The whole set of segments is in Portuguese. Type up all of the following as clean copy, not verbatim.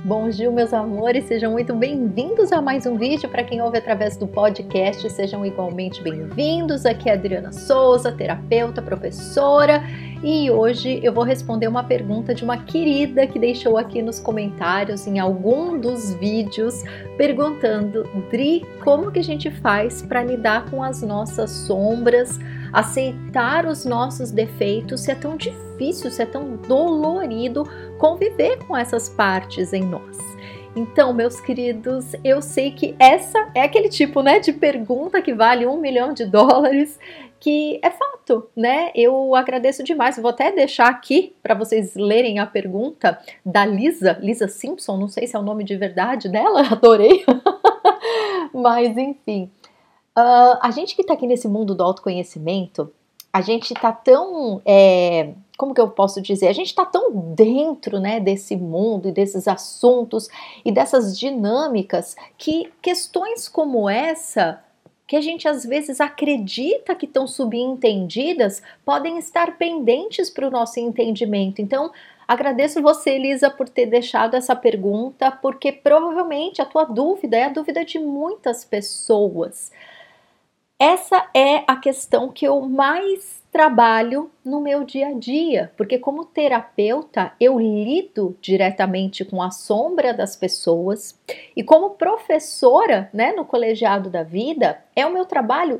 Bonjour, meus amores, sejam muito bem-vindos a mais um vídeo. Para quem ouve através do podcast, sejam igualmente bem-vindos. Aqui é a Adriana Souza, terapeuta, professora, e hoje eu vou responder uma pergunta de uma querida que deixou aqui nos comentários em algum dos vídeos, perguntando: Dri, como que a gente faz para lidar com as nossas sombras, aceitar os nossos defeitos, se é tão difícil, se é tão dolorido conviver com essas partes em nós? Então, meus queridos, eu sei que essa é aquele tipo, de pergunta que vale $1 milhão, que é fato, Eu agradeço demais. Vou até deixar aqui para vocês lerem a pergunta da Lisa Simpson, não sei se é o nome de verdade dela, adorei. Mas, enfim, a gente que está aqui nesse mundo do autoconhecimento, a gente está tão, como que eu posso dizer? A gente está tão dentro, desse mundo e desses assuntos e dessas dinâmicas que questões como essa, que a gente às vezes acredita que estão subentendidas, podem estar pendentes para o nosso entendimento. Então, agradeço você, Lisa, por ter deixado essa pergunta, porque provavelmente a tua dúvida é a dúvida de muitas pessoas. Essa é a questão que eu mais trabalho no meu dia a dia, porque como terapeuta eu lido diretamente com a sombra das pessoas e como professora, no colegiado da vida, é o meu trabalho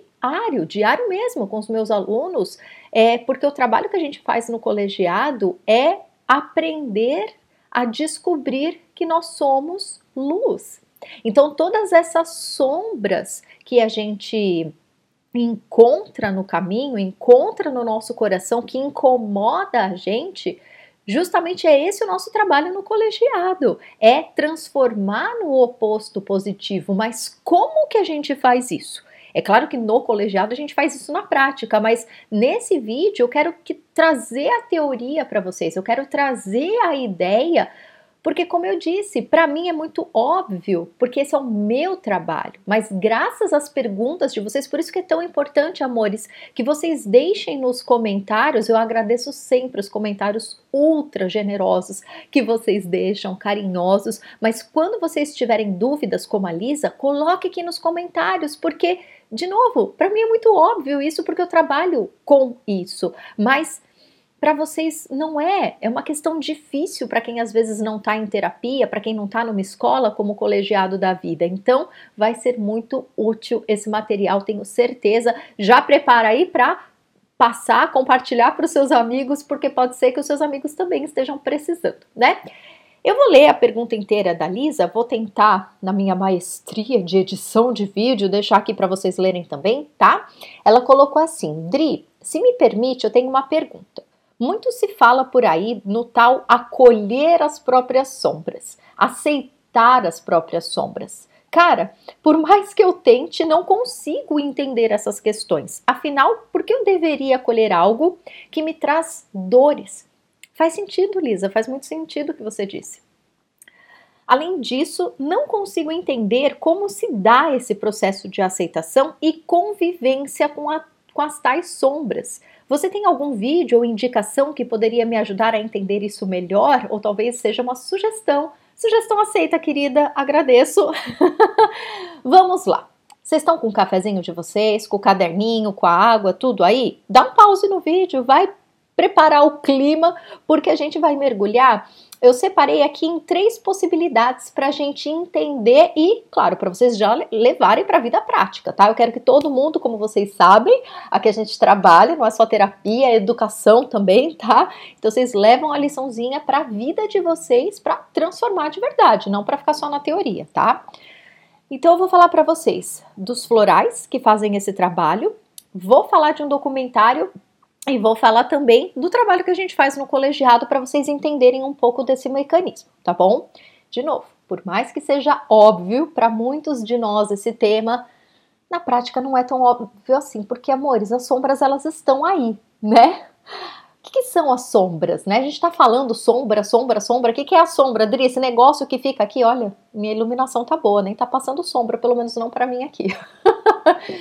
diário mesmo com os meus alunos, porque o trabalho que a gente faz no colegiado é aprender a descobrir que nós somos luz. Então, todas essas sombras que a gente encontra no caminho, encontra no nosso coração, que incomoda a gente, justamente é esse o nosso trabalho no colegiado, é transformar no oposto positivo. Mas como que a gente faz isso? É claro que no colegiado a gente faz isso na prática, mas nesse vídeo eu quero trazer a teoria para vocês, eu quero trazer a ideia. Porque, como eu disse, para mim é muito óbvio, porque esse é o meu trabalho. Mas graças às perguntas de vocês, por isso que é tão importante, amores, que vocês deixem nos comentários. Eu agradeço sempre os comentários ultra generosos que vocês deixam, carinhosos. Mas quando vocês tiverem dúvidas como a Lisa, coloque aqui nos comentários, porque, de novo, para mim é muito óbvio isso, porque eu trabalho com isso. Mas para vocês não é uma questão difícil para quem às vezes não está em terapia, para quem não está numa escola como o colegiado da vida. Então vai ser muito útil esse material, tenho certeza. Já prepara aí para passar, compartilhar para os seus amigos, porque pode ser que os seus amigos também estejam precisando, Eu vou ler a pergunta inteira da Lisa, vou tentar, na minha maestria de edição de vídeo, deixar aqui para vocês lerem também, tá? Ela colocou assim: Dri, se me permite, eu tenho uma pergunta. Muito se fala por aí no tal acolher as próprias sombras, aceitar as próprias sombras. Cara, por mais que eu tente, não consigo entender essas questões. Afinal, por que eu deveria acolher algo que me traz dores? Faz sentido, Lisa, faz muito sentido o que você disse. Além disso, não consigo entender como se dá esse processo de aceitação e convivência com as tais sombras. Você tem algum vídeo ou indicação que poderia me ajudar a entender isso melhor? Ou talvez seja uma sugestão. Sugestão aceita, querida, agradeço. Vamos lá. Vocês estão com o cafezinho de vocês, com o caderninho, com a água, tudo aí? Dá um pause no vídeo, vai preparar o clima, porque a gente vai mergulhar. Eu separei aqui em 3 possibilidades para a gente entender e, claro, para vocês já levarem para a vida prática, tá? Eu quero que todo mundo, como vocês sabem, aqui a gente trabalha, não é só terapia, é educação também, tá? Então vocês levam a liçãozinha para a vida de vocês, para transformar de verdade, não para ficar só na teoria, tá? Então eu vou falar para vocês dos florais que fazem esse trabalho, vou falar de um documentário e vou falar também do trabalho que a gente faz no colegiado para vocês entenderem um pouco desse mecanismo, tá bom? De novo, por mais que seja óbvio para muitos de nós esse tema, na prática não é tão óbvio assim, porque, amores, as sombras elas estão aí, O que são as sombras, A gente tá falando sombra, o que é a sombra, Adri? Esse negócio que fica aqui, olha, minha iluminação tá boa, nem tá passando sombra, pelo menos não para mim aqui.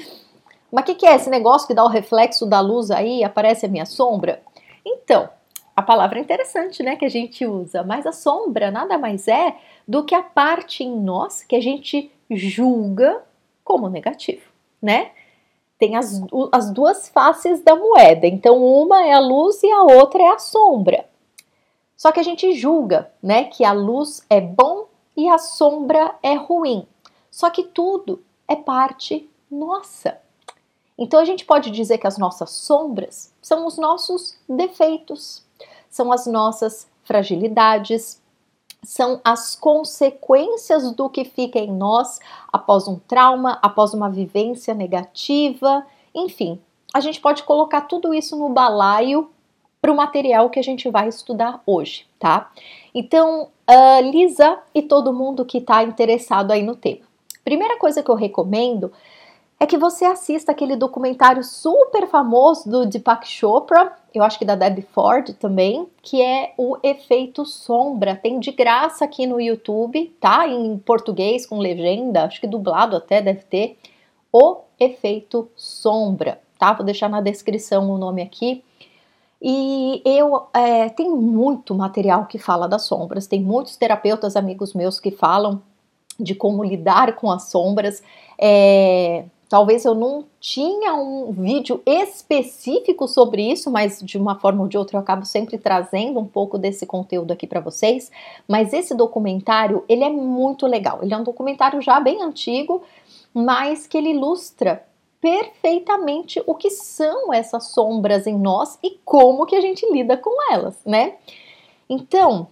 Mas o que é esse negócio que dá o reflexo da luz aí e aparece a minha sombra? Então, a palavra é interessante, né, que a gente usa, mas a sombra nada mais é do que a parte em nós que a gente julga como negativo, né? Tem as duas faces da moeda, então uma é a luz e a outra é a sombra. Só que a gente julga, né, que a luz é bom e a sombra é ruim. Só que tudo é parte nossa. Então a gente pode dizer que as nossas sombras são os nossos defeitos, são as nossas fragilidades, são as consequências do que fica em nós após um trauma, após uma vivência negativa, enfim. A gente pode colocar tudo isso no balaio para o material que a gente vai estudar hoje, tá? Então, Lisa e todo mundo que está interessado aí no tema. Primeira coisa que eu recomendo é que você assista aquele documentário super famoso do Deepak Chopra, eu acho que da Debbie Ford também, que é o Efeito Sombra. Tem de graça aqui no YouTube, tá? Em português, com legenda, acho que dublado até deve ter. O Efeito Sombra, tá? Vou deixar na descrição o nome aqui. E tem muito material que fala das sombras, tem muitos terapeutas amigos meus que falam de como lidar com as sombras. Talvez eu não tinha um vídeo específico sobre isso, mas de uma forma ou de outra eu acabo sempre trazendo um pouco desse conteúdo aqui para vocês. Mas esse documentário, ele é muito legal. Ele é um documentário já bem antigo, mas que ele ilustra perfeitamente o que são essas sombras em nós e como que a gente lida com elas, né? Então,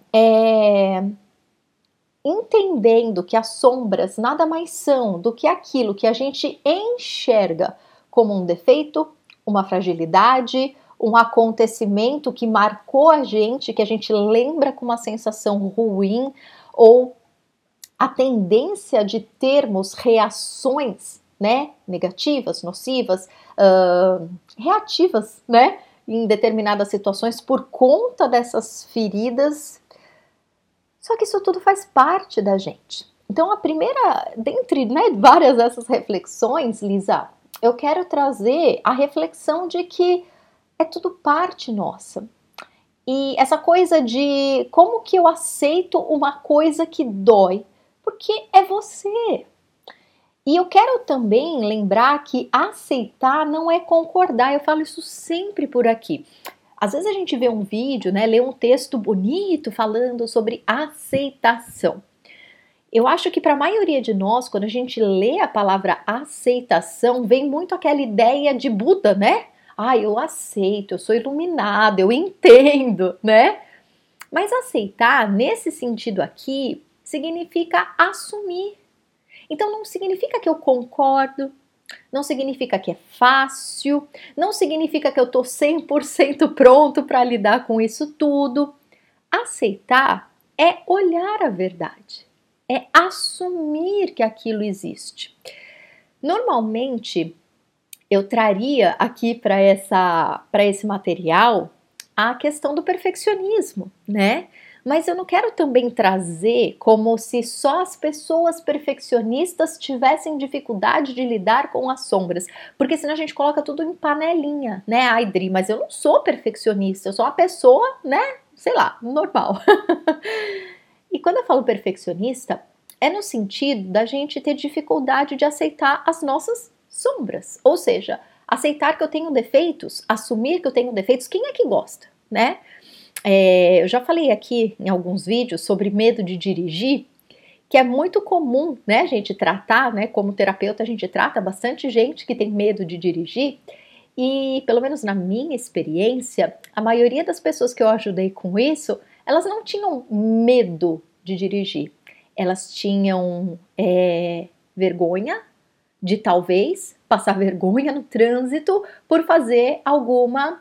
entendendo que as sombras nada mais são do que aquilo que a gente enxerga como um defeito, uma fragilidade, um acontecimento que marcou a gente, que a gente lembra com uma sensação ruim, ou a tendência de termos reações, né, negativas, nocivas, reativas, né, em determinadas situações por conta dessas feridas. Só que isso tudo faz parte da gente. Então a primeira, dentre, né, várias dessas reflexões, Lisa, eu quero trazer a reflexão de que é tudo parte nossa. E essa coisa de como que eu aceito uma coisa que dói, porque é você. E eu quero também lembrar que aceitar não é concordar, eu falo isso sempre por aqui. Às vezes a gente vê um vídeo, né, lê um texto bonito falando sobre aceitação. Eu acho que para a maioria de nós, quando a gente lê a palavra aceitação, vem muito aquela ideia de Buda, né? Eu aceito, eu sou iluminado, eu entendo, né? Mas aceitar, nesse sentido aqui, significa assumir. Então não significa que eu concordo, não significa que é fácil, não significa que eu tô 100% pronto para lidar com isso tudo. Aceitar é olhar a verdade, é assumir que aquilo existe. Normalmente, eu traria aqui para esse material a questão do perfeccionismo, né? Mas eu não quero também trazer como se só as pessoas perfeccionistas tivessem dificuldade de lidar com as sombras, porque senão a gente coloca tudo em panelinha, né? Ai, Dri, mas eu não sou perfeccionista, eu sou uma pessoa, né? Sei lá, normal. E quando eu falo perfeccionista, é no sentido da gente ter dificuldade de aceitar as nossas sombras, ou seja, aceitar que eu tenho defeitos, assumir que eu tenho defeitos. Quem é que gosta, né? Eu já falei aqui em alguns vídeos sobre medo de dirigir, que é muito comum, né, a gente tratar, né, como terapeuta a gente trata bastante gente que tem medo de dirigir, e pelo menos na minha experiência, a maioria das pessoas que eu ajudei com isso, elas não tinham medo de dirigir, elas tinham vergonha de talvez passar vergonha no trânsito por fazer alguma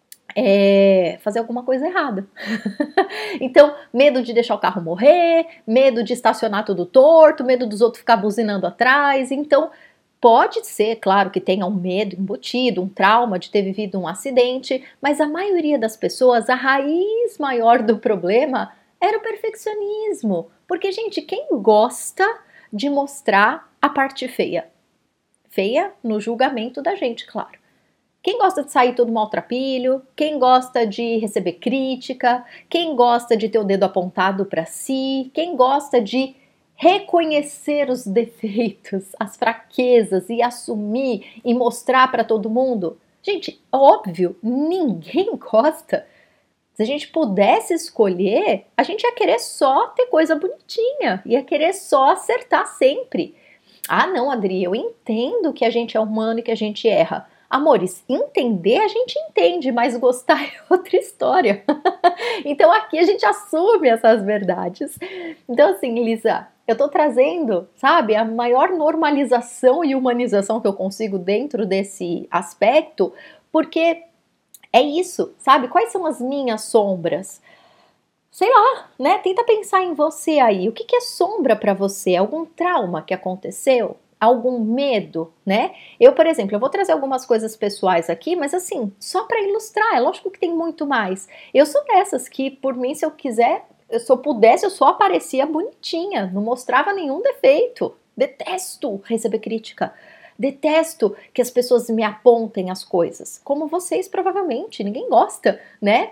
coisa errada. Então, medo de deixar o carro morrer, medo de estacionar tudo torto, medo dos outros ficar buzinando atrás. Então, pode ser, claro, que tenha um medo embutido, um trauma de ter vivido um acidente, mas a maioria das pessoas, a raiz maior do problema era o perfeccionismo. Porque, gente, quem gosta de mostrar a parte feia? Feia no julgamento da gente, claro. Quem gosta de sair todo maltrapilho? Quem gosta de receber crítica? Quem gosta de ter o dedo apontado para si? Quem gosta de reconhecer os defeitos, as fraquezas e assumir e mostrar para todo mundo? Gente, óbvio, ninguém gosta. Se a gente pudesse escolher, a gente ia querer só ter coisa bonitinha, ia querer só acertar sempre. Ah, não, Adri, eu entendo que a gente é humano e que a gente erra. Amores, entender a gente entende, mas gostar é outra história. Então aqui a gente assume essas verdades. Então assim, Lisa, eu tô trazendo, sabe, a maior normalização e humanização que eu consigo dentro desse aspecto, porque é isso, sabe? Quais são as minhas sombras? Sei lá, né? Tenta pensar em você aí. O que é sombra para você? Algum trauma que aconteceu? Algum medo, né? Eu, por exemplo, eu vou trazer algumas coisas pessoais aqui, mas assim, só para ilustrar, é lógico que tem muito mais. Eu sou dessas que, por mim, se eu quiser, se eu pudesse, eu só aparecia bonitinha, não mostrava nenhum defeito. Detesto receber crítica. Detesto que as pessoas me apontem as coisas, como vocês provavelmente, ninguém gosta, né?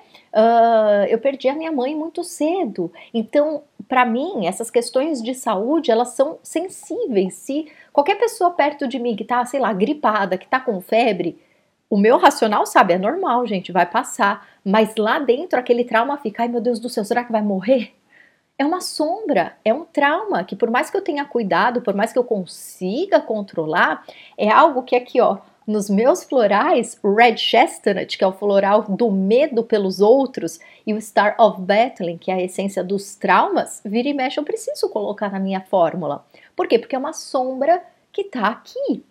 Eu perdi a minha mãe muito cedo, então, para mim, essas questões de saúde, elas são sensíveis. Se qualquer pessoa perto de mim que tá, sei lá, gripada, que tá com febre, o meu racional sabe, é normal, gente, vai passar, mas lá dentro aquele trauma fica, ai meu Deus do céu, será que vai morrer? É uma sombra, é um trauma que por mais que eu tenha cuidado, por mais que eu consiga controlar, é algo que aqui, ó, nos meus florais, o Red Chestnut, que é o floral do medo pelos outros, e o Star of Battling, que é a essência dos traumas, vira e mexe eu preciso colocar na minha fórmula. Por quê? Porque é uma sombra que tá aqui.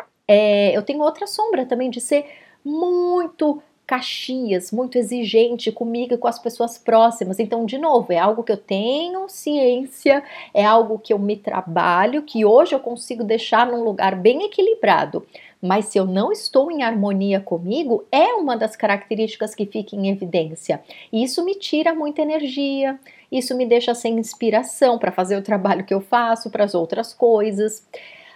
Eu tenho outra sombra também de ser muito Caxias, muito exigente comigo e com as pessoas próximas. Então, de novo, é algo que eu tenho ciência, é algo que eu me trabalho, que hoje eu consigo deixar num lugar bem equilibrado. Mas se eu não estou em harmonia comigo, é uma das características que fica em evidência. E isso me tira muita energia, isso me deixa sem inspiração para fazer o trabalho que eu faço, para as outras coisas.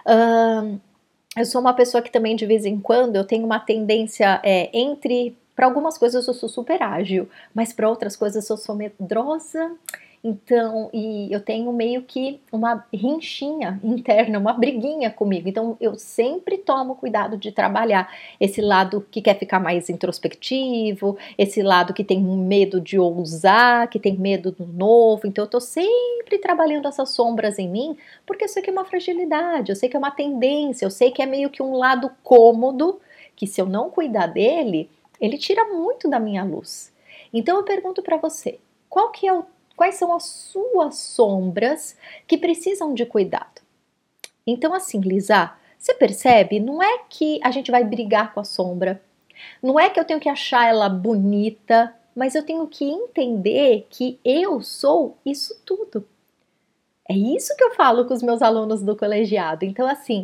Eu sou uma pessoa que também de vez em quando eu tenho uma tendência para algumas coisas eu sou super ágil, mas para outras coisas eu sou medrosa. Então, e eu tenho meio que uma rinchinha interna, uma briguinha comigo. Então, eu sempre tomo cuidado de trabalhar esse lado que quer ficar mais introspectivo, esse lado que tem medo de ousar, que tem medo do novo. Então, eu tô sempre trabalhando essas sombras em mim, porque eu sei que é uma fragilidade, eu sei que é uma tendência, eu sei que é meio que um lado cômodo, que se eu não cuidar dele, ele tira muito da minha luz. Então, eu pergunto para você, quais são as suas sombras que precisam de cuidado? Então, assim, Lisa, você percebe? Não é que a gente vai brigar com a sombra, não é que eu tenho que achar ela bonita, mas eu tenho que entender que eu sou isso tudo. É isso que eu falo com os meus alunos do colegiado. Então, assim,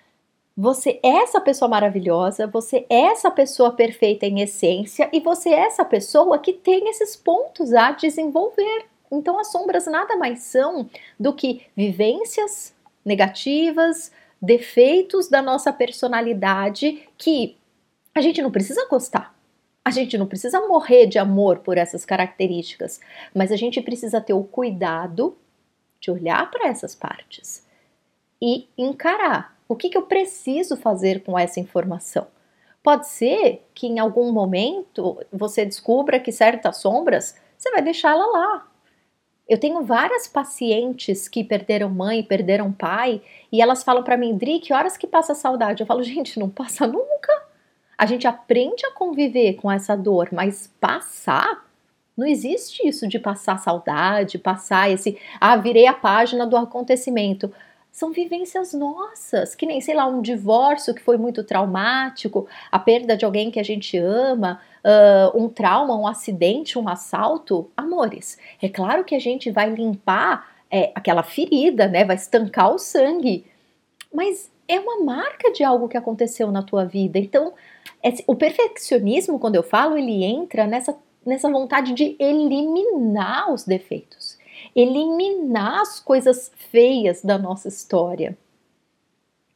você é essa pessoa maravilhosa, você é essa pessoa perfeita em essência e você é essa pessoa que tem esses pontos a desenvolver. Então, as sombras nada mais são do que vivências negativas, defeitos da nossa personalidade que a gente não precisa gostar. A gente não precisa morrer de amor por essas características, mas a gente precisa ter o cuidado de olhar para essas partes e encarar o que eu preciso fazer com essa informação. Pode ser que em algum momento você descubra que certas sombras você vai deixá-la lá. Eu tenho várias pacientes que perderam mãe, perderam pai, e elas falam para mim, Dri, que horas que passa a saudade? Eu falo, gente, não passa nunca. A gente aprende a conviver com essa dor, mas passar, não existe isso de passar saudade, passar virei a página do acontecimento. São vivências nossas, que nem, sei lá, um divórcio que foi muito traumático, a perda de alguém que a gente ama, um trauma, um acidente, um assalto. Amores, é claro que a gente vai limpar aquela ferida, né? Vai estancar o sangue, mas é uma marca de algo que aconteceu na tua vida. Então, o perfeccionismo, quando eu falo, ele entra nessa vontade de eliminar os defeitos, eliminar as coisas feias da nossa história.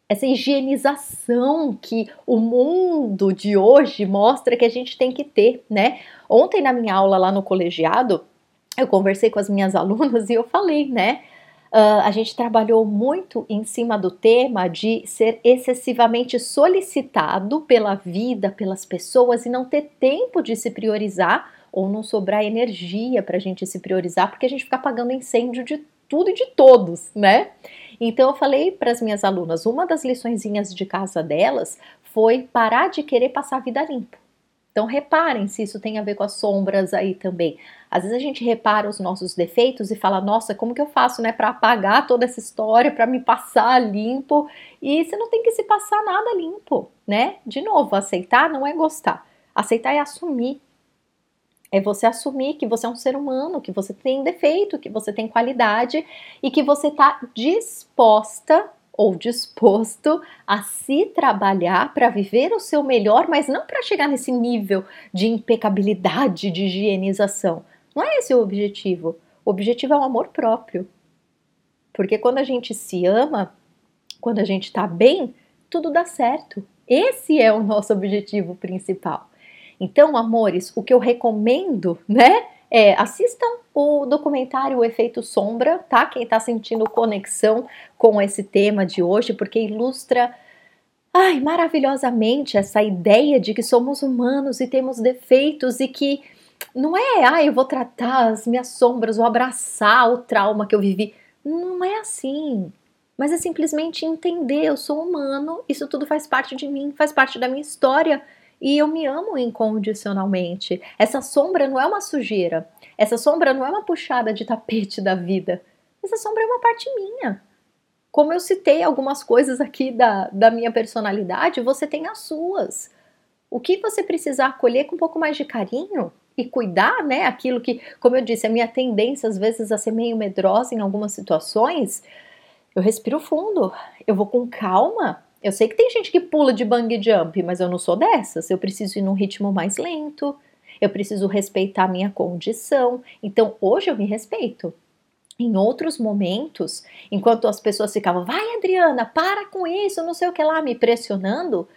essa higienização que o mundo de hoje mostra que a gente tem que ter, né? Ontem na minha aula lá no colegiado, eu conversei com as minhas alunas e eu falei, né? A gente trabalhou muito em cima do tema de ser excessivamente solicitado pela vida, pelas pessoas e não ter tempo de se priorizar ou não sobrar energia para a gente se priorizar, porque a gente fica apagando incêndio de tudo e de todos, né? Então eu falei para as minhas alunas, uma das liçõezinhas de casa delas foi parar de querer passar a vida limpo. Então reparem se isso tem a ver com as sombras aí também. Às vezes a gente repara os nossos defeitos e fala, nossa, como que eu faço, né, para apagar toda essa história, para me passar limpo? E você não tem que se passar nada limpo, né? De novo, aceitar não é gostar. Aceitar é assumir. É você assumir que você é um ser humano, que você tem defeito, que você tem qualidade e que você está disposta ou disposto a se trabalhar para viver o seu melhor, mas não para chegar nesse nível de impecabilidade, de higienização. Não é esse o objetivo. O objetivo é o amor próprio. Porque quando a gente se ama, quando a gente está bem, tudo dá certo. Esse é o nosso objetivo principal. Então, amores, o que eu recomendo, né, assistam o documentário O Efeito Sombra, tá? Quem tá sentindo conexão com esse tema de hoje, porque ilustra, maravilhosamente essa ideia de que somos humanos e temos defeitos e que não é, eu vou tratar as minhas sombras, vou abraçar o trauma que eu vivi. Não é assim. Mas é simplesmente entender, eu sou humano, isso tudo faz parte de mim, faz parte da minha história. E eu me amo incondicionalmente. Essa sombra não é uma sujeira. Essa sombra não é uma puxada de tapete da vida. Essa sombra é uma parte minha. Como eu citei algumas coisas aqui da minha personalidade, você tem as suas. O que você precisar acolher com um pouco mais de carinho e cuidar, né? Aquilo que, como eu disse, a minha tendência às vezes a ser meio medrosa em algumas situações, eu respiro fundo, eu vou com calma. Eu sei que tem gente que pula de bungee jump, mas eu não sou dessas. Eu preciso ir num ritmo mais lento, eu preciso respeitar a minha condição. Então, hoje eu me respeito. Em outros momentos, enquanto as pessoas ficavam, vai Adriana, para com isso, não sei o que lá, me pressionando,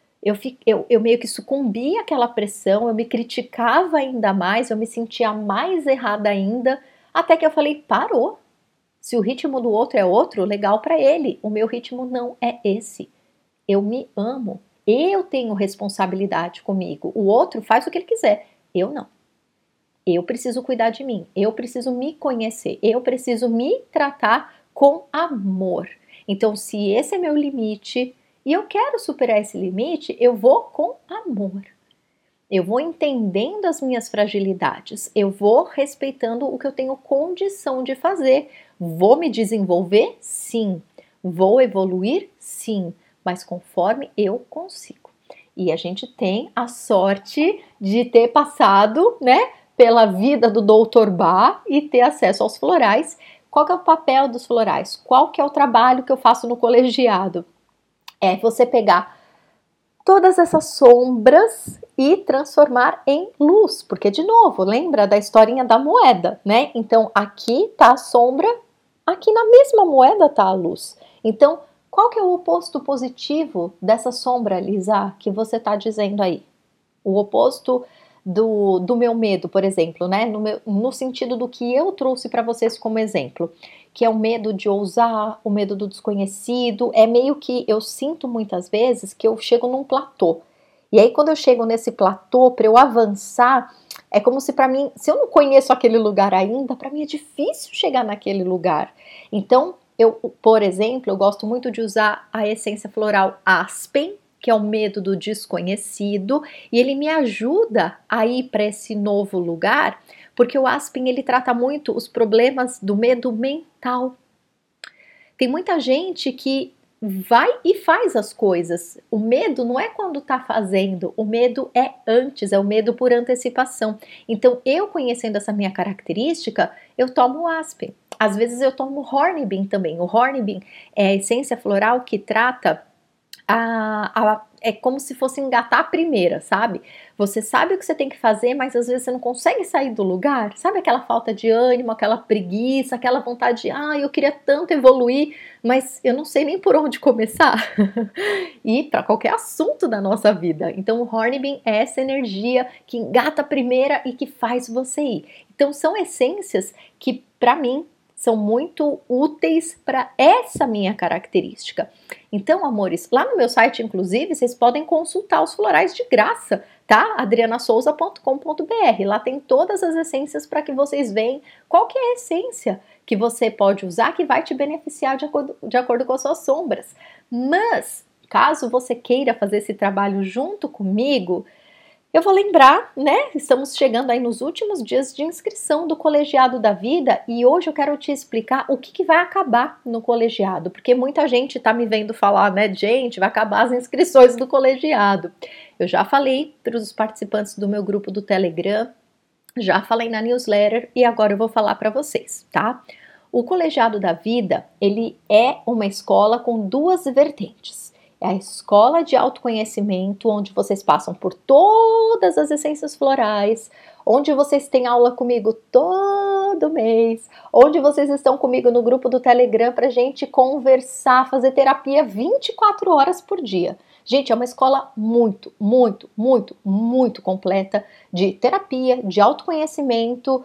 eu meio que sucumbia àquela pressão, eu me criticava ainda mais, eu me sentia mais errada ainda, até que eu falei, parou. Se o ritmo do outro é outro, legal para ele. O meu ritmo não é esse. Eu me amo. Eu tenho responsabilidade comigo. O outro faz o que ele quiser. Eu não. Eu preciso cuidar de mim. Eu preciso me conhecer. Eu preciso me tratar com amor. Então, se esse é meu limite e eu quero superar esse limite, eu vou com amor. Eu vou entendendo as minhas fragilidades. Eu vou respeitando o que eu tenho condição de fazer. Vou me desenvolver? Sim. Vou evoluir? Sim. Mas conforme eu consigo. E a gente tem a sorte de ter passado, né, pela vida do Dr. Bach e ter acesso aos florais. Qual que é o papel dos florais? Qual que é o trabalho que eu faço no colegiado? É você pegar todas essas sombras e transformar em luz, porque de novo, lembra da historinha da moeda, né? Então aqui tá a sombra, aqui na mesma moeda tá a luz. Então, qual que é o oposto positivo dessa sombra, Lisa, que você tá dizendo aí? O oposto do meu medo, por exemplo, né? No sentido do que eu trouxe para vocês como exemplo, que é o medo de ousar, o medo do desconhecido. É meio que eu sinto muitas vezes que eu chego num platô. E aí, quando eu chego nesse platô, para eu avançar, é como se para mim, se eu não conheço aquele lugar ainda, para mim é difícil chegar naquele lugar. Então, por exemplo, eu gosto muito de usar a essência floral Aspen, que é o medo do desconhecido, e ele me ajuda a ir para esse novo lugar, porque o Aspen ele trata muito os problemas do medo mental. Tem muita gente que vai e faz as coisas. O medo não é quando tá fazendo, o medo é antes, é o medo por antecipação. Então, eu conhecendo essa minha característica, eu tomo o Aspen. Às vezes eu tomo o Hornbeam também. O Hornbeam é a essência floral que trata é como se fosse engatar a primeira, sabe? Você sabe o que você tem que fazer, mas às vezes você não consegue sair do lugar. Sabe aquela falta de ânimo, aquela preguiça, aquela vontade de, eu queria tanto evoluir, mas eu não sei nem por onde começar. E para qualquer assunto da nossa vida. Então o Hornbeam é essa energia que engata a primeira e que faz você ir. Então são essências que, para mim, são muito úteis para essa minha característica. Então, amores, lá no meu site, inclusive, vocês podem consultar os florais de graça, tá? adrianasouza.com.br. Lá tem todas as essências para que vocês vejam qual que é a essência que você pode usar que vai te beneficiar de acordo com as suas sombras. Mas, caso você queira fazer esse trabalho junto comigo, eu vou lembrar, né? Estamos chegando aí nos últimos dias de inscrição do Colegiado da Vida e hoje eu quero te explicar o que vai acabar no colegiado, porque muita gente tá me vendo falar, né? Gente, vai acabar as inscrições do colegiado. Eu já falei para os participantes do meu grupo do Telegram, já falei na newsletter e agora eu vou falar para vocês, tá? O Colegiado da Vida, ele é uma escola com duas vertentes. É a escola de autoconhecimento, onde vocês passam por todas as essências florais, onde vocês têm aula comigo todo mês, onde vocês estão comigo no grupo do Telegram pra gente conversar, fazer terapia 24 horas por dia. Gente, é uma escola muito, muito, muito, muito completa de terapia, de autoconhecimento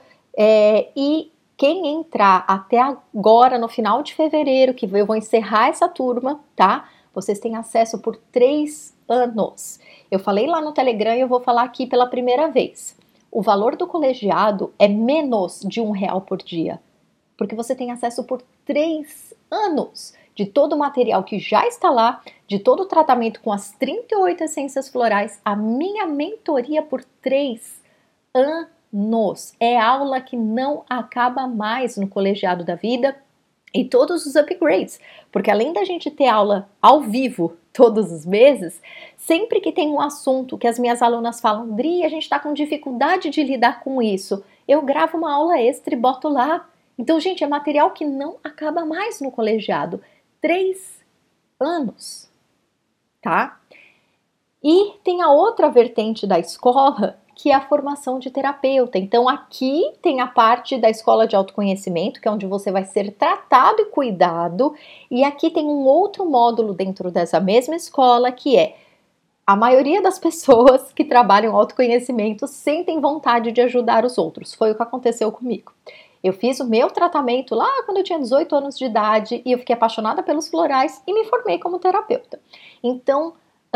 e quem entrar até agora, no final de fevereiro, que eu vou encerrar essa turma, tá? Vocês têm acesso por 3 anos. Eu falei lá no Telegram e eu vou falar aqui pela primeira vez. O valor do colegiado é menos de R$1 por dia, porque você tem acesso por 3 anos de todo o material que já está lá, de todo o tratamento com as 38 essências florais, a minha mentoria por 3 anos. É aula que não acaba mais no Colegiado da Vida. E todos os upgrades, porque além da gente ter aula ao vivo todos os meses, sempre que tem um assunto que as minhas alunas falam, Dri, a gente está com dificuldade de lidar com isso, eu gravo uma aula extra e boto lá. Então, gente, é material que não acaba mais no colegiado. 3 anos, tá? E tem a outra vertente da escola, que é a formação de terapeuta. Então aqui tem a parte da escola de autoconhecimento, que é onde você vai ser tratado e cuidado, e aqui tem um outro módulo dentro dessa mesma escola, que é a maioria das pessoas que trabalham autoconhecimento sentem vontade de ajudar os outros. Foi o que aconteceu comigo. Eu fiz o meu tratamento lá quando eu tinha 18 anos de idade e eu fiquei apaixonada pelos florais e me formei como terapeuta. Então,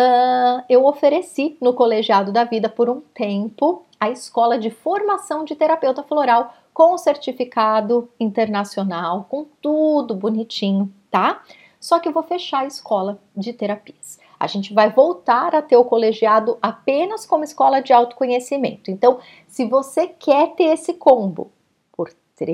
eu ofereci no Colegiado da Vida por um tempo a escola de formação de terapeuta floral com certificado internacional, com tudo bonitinho, tá? Só que eu vou fechar a escola de terapias. A gente vai voltar a ter o colegiado apenas como escola de autoconhecimento. Então, se você quer ter esse combo por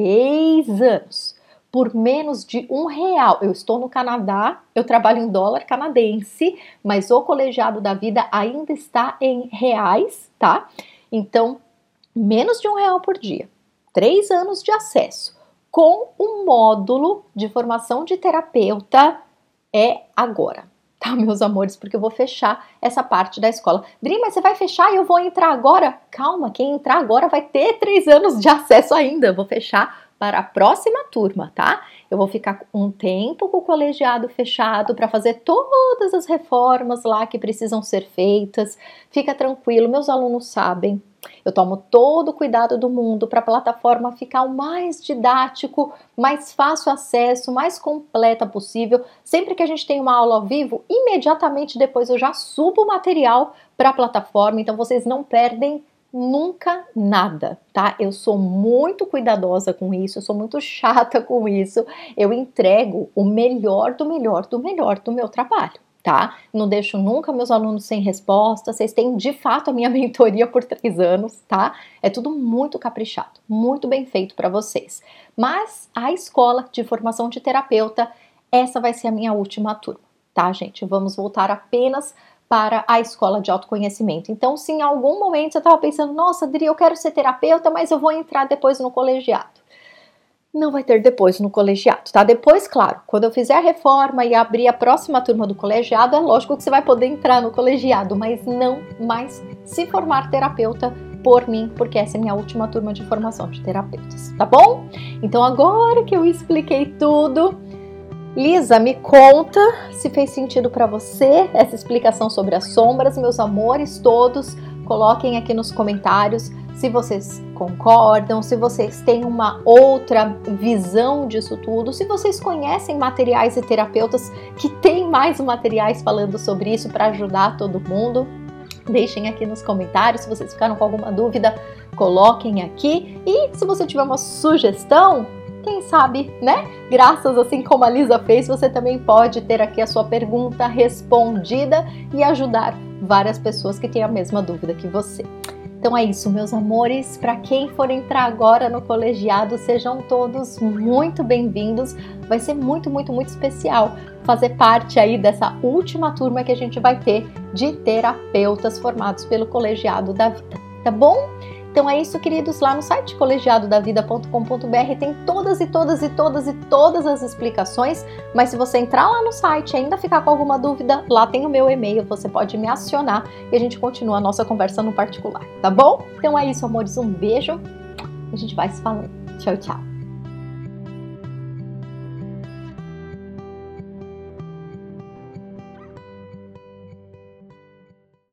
3 anos, por menos de R$1. Eu estou no Canadá, eu trabalho em dólar canadense, mas o Colegiado da Vida ainda está em reais, tá? Então, menos de R$1 por dia. 3 anos de acesso com um módulo de formação de terapeuta é agora, tá, meus amores? Porque eu vou fechar essa parte da escola. Dri, mas você vai fechar e eu vou entrar agora? Calma, quem entrar agora vai ter 3 anos de acesso ainda. Eu vou fechar para a próxima turma, tá? Eu vou ficar um tempo com o colegiado fechado para fazer todas as reformas lá que precisam ser feitas. Fica tranquilo, meus alunos sabem. Eu tomo todo o cuidado do mundo para a plataforma ficar o mais didático, mais fácil acesso, mais completa possível. Sempre que a gente tem uma aula ao vivo, imediatamente depois eu já subo o material para a plataforma, então vocês não perdem nunca nada, tá? Eu sou muito cuidadosa com isso, eu sou muito chata com isso, eu entrego o melhor do melhor do melhor do meu trabalho, tá? Não deixo nunca meus alunos sem resposta, vocês têm de fato a minha mentoria por 3 anos, tá? É tudo muito caprichado, muito bem feito para vocês. Mas a escola de formação de terapeuta, essa vai ser a minha última turma, tá, gente? Vamos voltar apenas para a escola de autoconhecimento. Então, se em algum momento você estava pensando, nossa, Dri, eu quero ser terapeuta, mas eu vou entrar depois no colegiado. Não vai ter depois no colegiado, tá? Depois, claro, quando eu fizer a reforma e abrir a próxima turma do colegiado, é lógico que você vai poder entrar no colegiado, mas não mais se formar terapeuta por mim, porque essa é a minha última turma de formação de terapeutas, tá bom? Então agora que eu expliquei tudo, Lisa, me conta se fez sentido para você essa explicação sobre as sombras, meus amores todos, coloquem aqui nos comentários se vocês concordam, se vocês têm uma outra visão disso tudo, se vocês conhecem materiais e terapeutas que têm mais materiais falando sobre isso para ajudar todo mundo. Deixem aqui nos comentários, se vocês ficaram com alguma dúvida, coloquem aqui. E se você tiver uma sugestão, quem sabe, né? Graças, assim como a Lisa fez, você também pode ter aqui a sua pergunta respondida e ajudar várias pessoas que têm a mesma dúvida que você. Então é isso, meus amores. Para quem for entrar agora no colegiado, sejam todos muito bem-vindos. Vai ser muito, muito, muito especial fazer parte aí dessa última turma que a gente vai ter de terapeutas formados pelo Colegiado da Vida, tá bom? Então é isso, queridos, lá no site colegiadodavida.com.br tem todas as explicações, mas se você entrar lá no site e ainda ficar com alguma dúvida, lá tem o meu e-mail, você pode me acionar e a gente continua a nossa conversa no particular, tá bom? Então é isso, amores, um beijo, a gente vai se falando. Tchau, tchau!